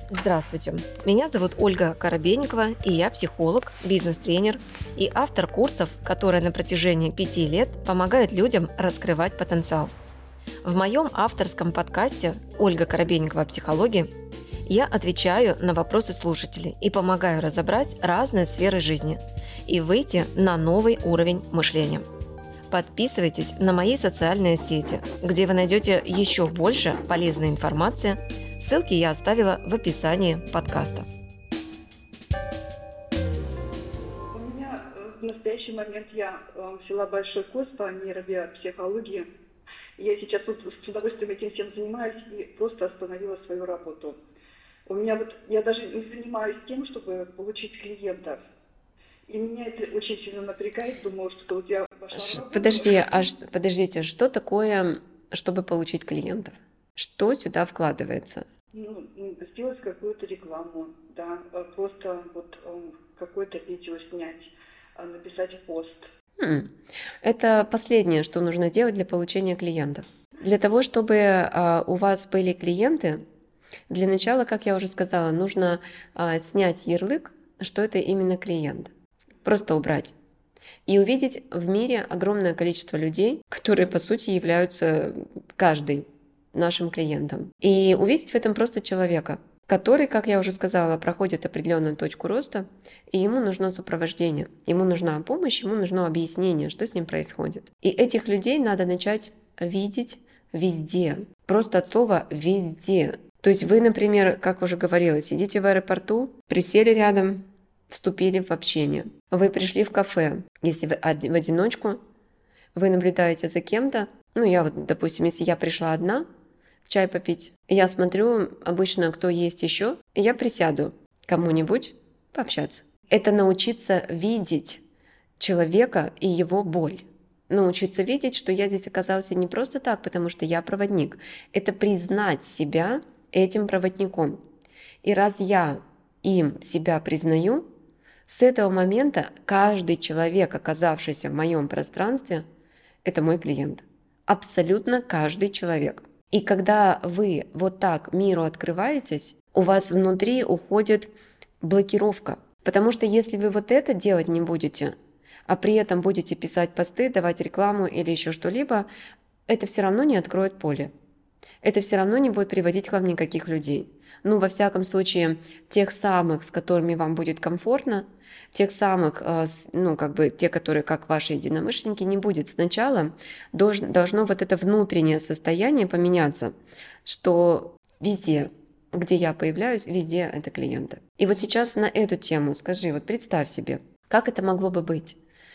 Здравствуйте, меня зовут Ольга Коробейникова, и я психолог, бизнес-тренер и автор курсов, которые на протяжении 5 лет помогают людям раскрывать потенциал. В моем авторском подкасте «Ольга Коробейникова о психологии» я отвечаю на вопросы слушателей и помогаю разобрать разные сферы жизни и выйти на новый уровень мышления. Подписывайтесь на мои социальные сети, где вы найдете еще больше полезной информации. Ссылки я оставила в описании подкаста. У меня в настоящий момент я взяла большой курс по нейробиопсихологии. Я сейчас с удовольствием этим всем занимаюсь и просто остановила свою работу. Я даже не занимаюсь тем, чтобы получить клиентов. И меня это очень сильно напрягает. Думаю, что я вошла в работу. Подождите, что такое, чтобы получить клиентов? Что сюда вкладывается? Сделать какую-то рекламу, да, просто какое-то видео снять, написать пост. Это последнее, что нужно делать для получения клиентов. Для того, чтобы у вас были клиенты, для начала, как я уже сказала, нужно снять ярлык, что это именно клиент. Просто убрать. И увидеть в мире огромное количество людей, которые, по сути, являются каждый нашим клиентом. И увидеть в этом просто человека, который, как я уже сказала, проходит определенную точку роста, и ему нужно сопровождение, ему нужна помощь, ему нужно объяснение, что с ним происходит. И этих людей надо начать видеть везде, просто от слова «везде». То есть вы, например, как уже говорила, сидите в аэропорту, присели рядом, вступили в общение. Вы пришли в кафе, если вы в одиночку, вы наблюдаете за кем-то. Допустим, если я пришла одна, чай попить. Я смотрю обычно, кто есть еще, и я присяду кому-нибудь пообщаться. Это научиться видеть человека и его боль. Научиться видеть, что я здесь оказался не просто так, потому что я проводник. Это признать себя этим проводником. И раз я им себя признаю, с этого момента каждый человек, оказавшийся в моем пространстве, это мой клиент. Абсолютно каждый человек. И когда вы вот так миру открываетесь, у вас внутри уходит блокировка. Потому что если вы вот это делать не будете, а при этом будете писать посты, давать рекламу или еще что-либо, это все равно не откроет поле. Это все равно не будет приводить к вам никаких людей. Во всяком случае, тех самых, с которыми вам будет комфортно, тех самых, те, которые как ваши единомышленники, не будет. Сначала должно вот это внутреннее состояние поменяться, что везде, где я появляюсь, везде это клиенты. И вот сейчас на эту тему скажи, представь себе, как это могло бы быть.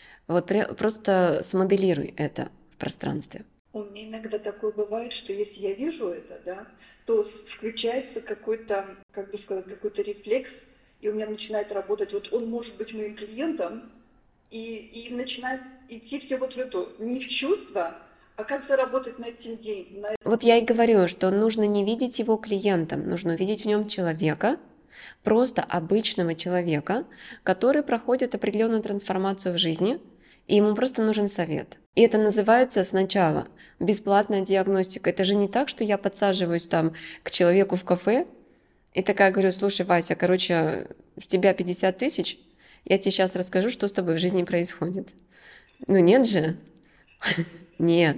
Просто смоделируй это в пространстве. У меня иногда такое бывает, что если я вижу это, да, то включается какой-то рефлекс, и у меня начинает работать, он может быть моим клиентом, и начинает идти все в эту, не в чувство, а как заработать на этим деньги. Я и говорю, что нужно не видеть его клиентом, нужно увидеть в нем человека, просто обычного человека, который проходит определенную трансформацию в жизни, и ему просто нужен совет. И это называется сначала бесплатная диагностика. Это же не так, что я подсаживаюсь к человеку в кафе и такая говорю: слушай, Вася, в тебя 50 тысяч, я тебе сейчас расскажу, что с тобой в жизни происходит. Нет же. Нет.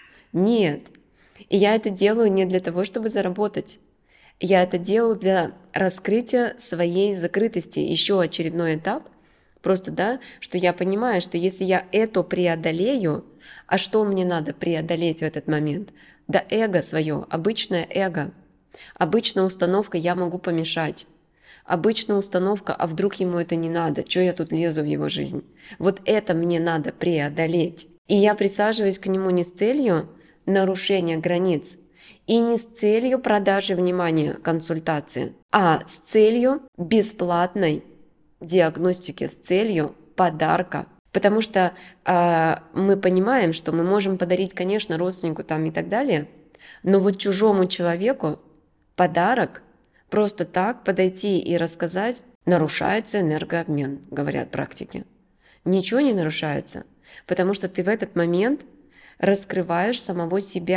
И я это делаю не для того, чтобы заработать. Я это делаю для раскрытия своей закрытости. Еще очередной этап. Просто, что я понимаю, что если я это преодолею, а что мне надо преодолеть в этот момент? Да эго свое, обычное эго. Обычная установка «я могу помешать». Обычная установка «а вдруг ему это не надо? Что я тут лезу в его жизнь?» Вот это мне надо преодолеть. И я присаживаюсь к нему не с целью нарушения границ и не с целью продажи внимания, консультации, а с целью бесплатной диагностики, с целью подарка. Потому что мы понимаем, что мы можем подарить, конечно, родственнику и так далее, но чужому человеку подарок просто так подойти и рассказать нарушается энергообмен, говорят практики. Ничего не нарушается, потому что ты в этот момент раскрываешь самого себя.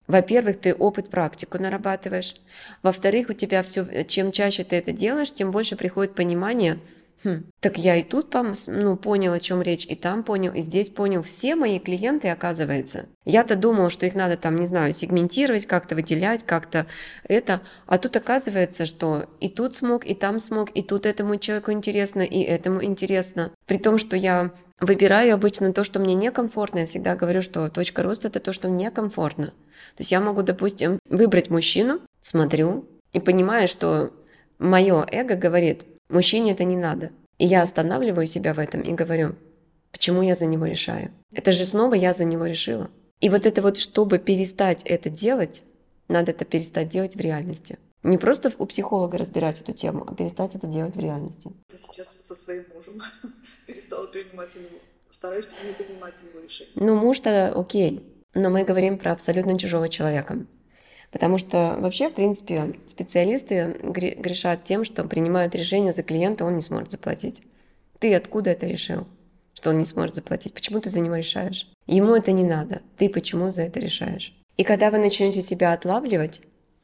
Во-первых, ты опыт, практику нарабатываешь. Во-вторых, у тебя все, чем чаще ты это делаешь, тем больше приходит понимание, так я и тут понял, о чем речь, и там понял, и здесь понял. Все мои клиенты, оказывается. Я-то думала, что их надо там, не знаю, сегментировать, как-то выделять, как-то это. А тут оказывается, что и тут смог, и там смог, и тут этому человеку интересно, и этому интересно. При том, что я выбираю обычно то, что мне некомфортно. Я всегда говорю, что точка роста – это то, что мне комфортно. То есть я могу, допустим, выбрать мужчину, смотрю и понимаю, что мое эго говорит, мужчине это не надо. И я останавливаю себя в этом и говорю, почему я за него решаю? Это же снова я за него решила. И вот это вот, чтобы перестать это делать, надо это перестать делать в реальности. Не просто у психолога разбирать эту тему, а перестать это делать в реальности. Я сейчас со своим мужем перестала принимать его, стараюсь не принимать его решения. Ну, муж-то окей, но мы говорим про абсолютно чужого человека. Потому что вообще, в принципе, специалисты грешат тем, что принимают решение за клиента, он не сможет заплатить. Ты откуда это решил, что он не сможет заплатить? Почему ты за него решаешь? Ему это не надо. Ты почему за это решаешь? И когда вы начнете себя отлавливать,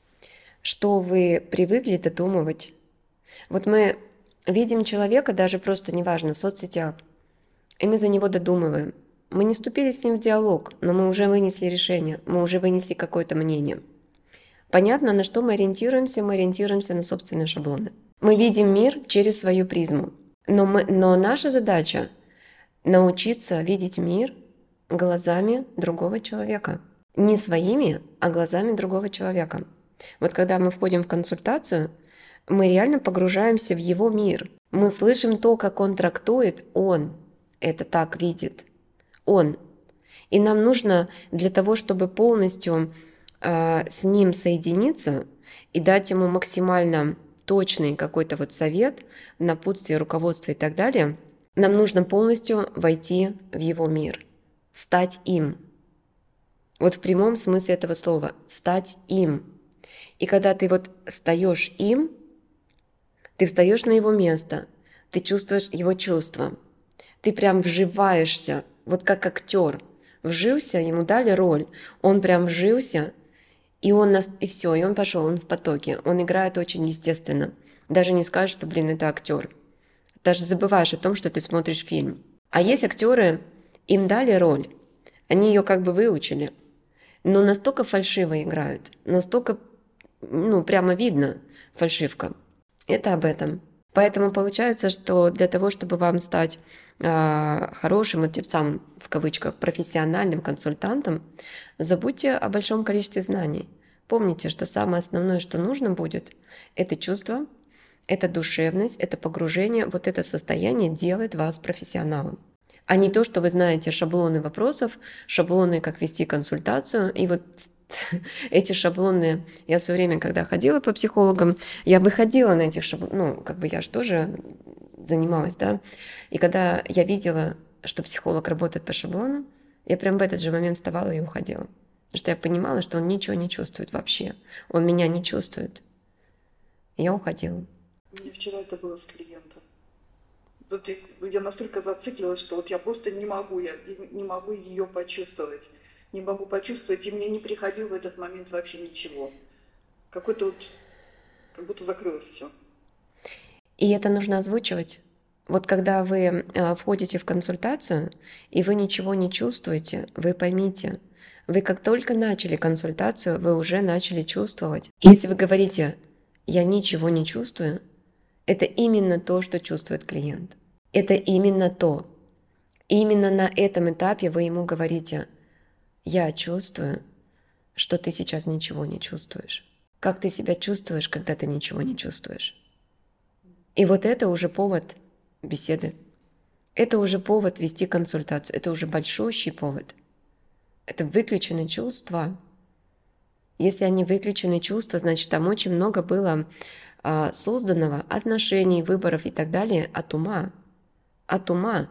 что вы привыкли додумывать. Вот мы видим человека, даже просто неважно, в соцсетях, и мы за него додумываем. Мы не вступили с ним в диалог, но мы уже вынесли решение, мы уже вынесли какое-то мнение. Понятно, на что мы ориентируемся? Мы ориентируемся на собственные шаблоны. Мы видим мир через свою призму. Но наша задача научиться видеть мир глазами другого человека. Не своими, а глазами другого человека. Вот когда мы входим в консультацию, мы реально погружаемся в его мир. Мы слышим то, как он трактует, он это так видит. Он. И нам нужно для того, чтобы полностью с ним соединиться и дать ему максимально точный какой-то вот совет, напутствие, руководство и так далее, нам нужно полностью войти в его мир, стать им. Вот в прямом смысле этого слова, стать им. И когда ты вот стаешь им, ты встаешь на его место, ты чувствуешь его чувства, ты прям вживаешься, вот как актер, вжился, ему дали роль, он прям вжился, и все, и он пошел, он в потоке, он играет очень естественно. Даже не скажешь, что, это актер. Даже забываешь о том, что ты смотришь фильм. А есть актеры, им дали роль, они ее как бы выучили, но настолько фальшиво играют, настолько, прямо видно фальшивка. Это об этом. Поэтому получается, что для того, чтобы вам стать хорошим, вот тем самым, в кавычках, профессиональным консультантом, забудьте о большом количестве знаний. Помните, что самое основное, что нужно будет, это чувство, это душевность, это погружение, вот это состояние делает вас профессионалом. А не то, что вы знаете шаблоны вопросов, шаблоны, как вести консультацию, и вот эти шаблоны, я все время, когда ходила по психологам, я выходила на этих шаблонах, я же тоже занималась, да, и когда я видела, что психолог работает по шаблону, я прям в этот же момент вставала и уходила, потому что я понимала, что он ничего не чувствует вообще, он меня не чувствует, и я уходила. У меня вчера это было с клиентом. Вот я настолько зациклилась, что вот я просто не могу ее почувствовать. Не могу почувствовать, и мне не приходило в этот момент вообще ничего. Какой-то вот, как будто закрылось все. И это нужно озвучивать. Вот когда вы входите в консультацию, и вы ничего не чувствуете, вы поймите, вы как только начали консультацию, вы уже начали чувствовать. Если вы говорите «я ничего не чувствую», это именно то, что чувствует клиент. Это именно то. Именно на этом этапе вы ему говорите «я чувствую, что ты сейчас ничего не чувствуешь». Как ты себя чувствуешь, когда ты ничего не чувствуешь? И вот это уже повод беседы. Это уже повод вести консультацию. Это уже большущий повод. Это выключены чувства. Если они выключены чувства, значит, там очень много было созданного отношений, выборов и так далее от ума. От ума.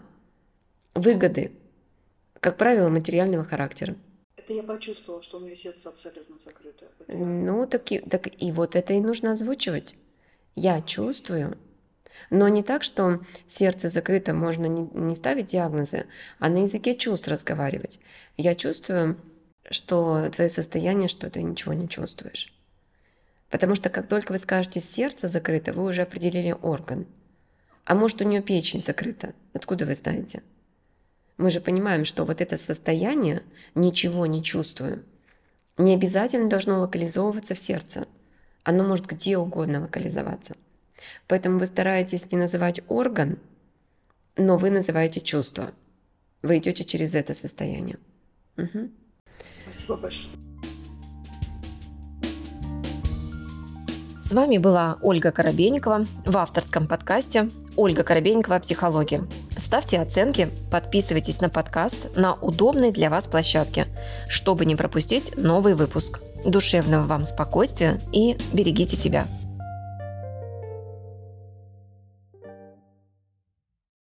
Выгоды. Как правило, материального характера. Это я почувствовала, что у меня сердце абсолютно закрыто. Так и вот это и нужно озвучивать. Я чувствую, но не так, что сердце закрыто, можно не ставить диагнозы, а на языке чувств разговаривать. Я чувствую, что твое состояние, что ты ничего не чувствуешь. Потому что как только вы скажете «сердце закрыто», вы уже определили орган. А может, у нее печень закрыта? Откуда вы знаете? Мы же понимаем, что вот это состояние «ничего не чувствую» не обязательно должно локализовываться в сердце. Оно может где угодно локализоваться. Поэтому вы стараетесь не называть орган, но вы называете чувство. Вы идете через это состояние. Угу. Спасибо большое. С вами была Ольга Коробейникова в авторском подкасте «Ольга Коробейникова о психологии». Ставьте оценки, подписывайтесь на подкаст на удобной для вас площадке, чтобы не пропустить новый выпуск. Душевного вам спокойствия и берегите себя.